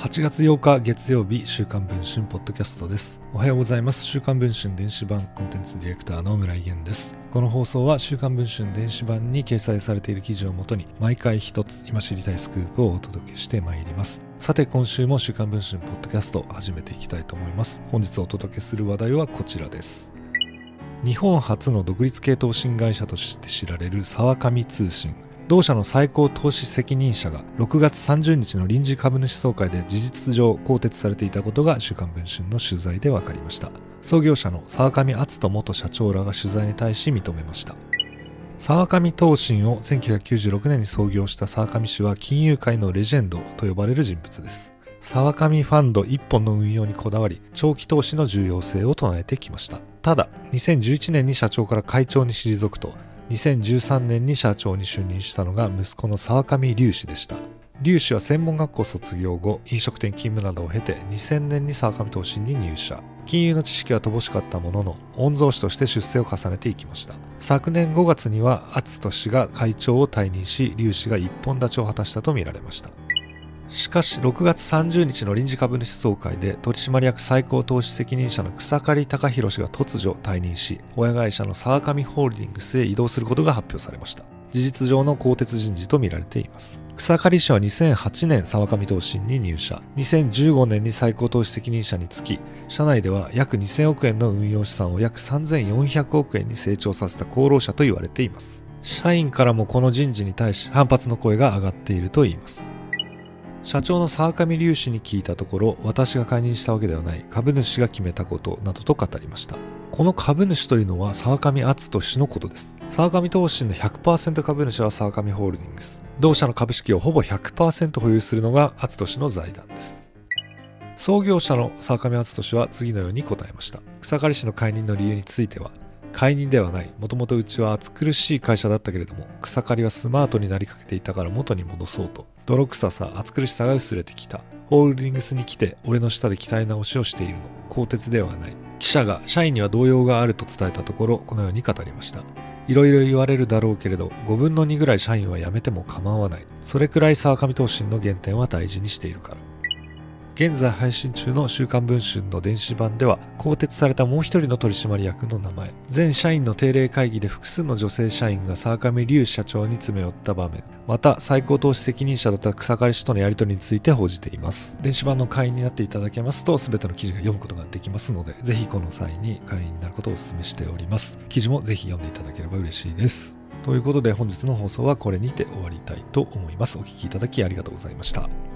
8月8日月曜日、週刊文春ポッドキャストです。おはようございます。週刊文春電子版コンテンツディレクターの村井源です。この放送は週刊文春電子版に掲載されている記事をもとに毎回一つ今知りたいスクープをお届けしてまいります。さて今週も週刊文春ポッドキャスト始めていきたいと思います。本日お届けする話題はこちらです。日本初の独立系統新会社として知られる沢上通信。同社の最高投資責任者が6月30日の臨時株主総会で事実上更迭されていたことが週刊文春の取材で分かりました。創業者の沢上篤人元社長らが取材に対し認めました。沢上投信を1996年に創業した沢上氏は金融界のレジェンドと呼ばれる人物です。沢上ファンド一本の運用にこだわり、長期投資の重要性を唱えてきました。ただ、2011年に社長から会長に退くと、2013年に社長に就任したのが息子の沢上隆氏でした。隆氏は専門学校卒業後、飲食店勤務などを経て2000年に沢上投信に入社。金融の知識は乏しかったものの、御曹司として出世を重ねていきました。昨年5月には篤人氏が会長を退任し、隆氏が一本立ちを果たしたとみられました。しかし6月30日の臨時株主総会で取締役最高投資責任者の草刈貴弘氏が突如退任し、親会社の沢上ホールディングスへ移動することが発表されました。事実上の更迭人事とみられています。草刈氏は2008年沢上投信に入社、2015年に最高投資責任者につき、社内では約2000億円の運用資産を約3400億円に成長させた功労者と言われています。社員からもこの人事に対し反発の声が上がっているといいます。社長の沢上隆氏に聞いたところ、私が解任したわけではない、株主が決めたことなどと語りました。この株主というのは沢上篤人氏のことです。沢上投信の 100% 株主は沢上ホールディングス。同社の株式をほぼ 100% 保有するのが篤人氏の財団です。創業者の沢上篤人氏は次のように答えました。草刈氏の解任の理由については、解任ではない。もともとうちは暑苦しい会社だったけれども、草刈はスマートになりかけていたから元に戻そうと。泥臭さ、暑苦しさが薄れてきた。ホールディングスに来て、俺の下で鍛え直しをしているの。更迭ではない。記者が社員には動揺があると伝えたところ、このように語りました。いろいろ言われるだろうけれど、5分の2ぐらい社員は辞めても構わない。それくらい沢上投信の原点は大事にしているから。現在配信中の週刊文春の電子版では、更迭されたもう一人の取締役の名前、全社員の定例会議で複数の女性社員が沢上隆社長に詰め寄った場面、また最高投資責任者だった草刈氏とのやり取りについて報じています。電子版の会員になっていただけますと、全ての記事が読むことができますので、ぜひこの際に会員になることをお勧めしております。記事もぜひ読んでいただければ嬉しいです。ということで本日の放送はこれにて終わりたいと思います。お聞きいただきありがとうございました。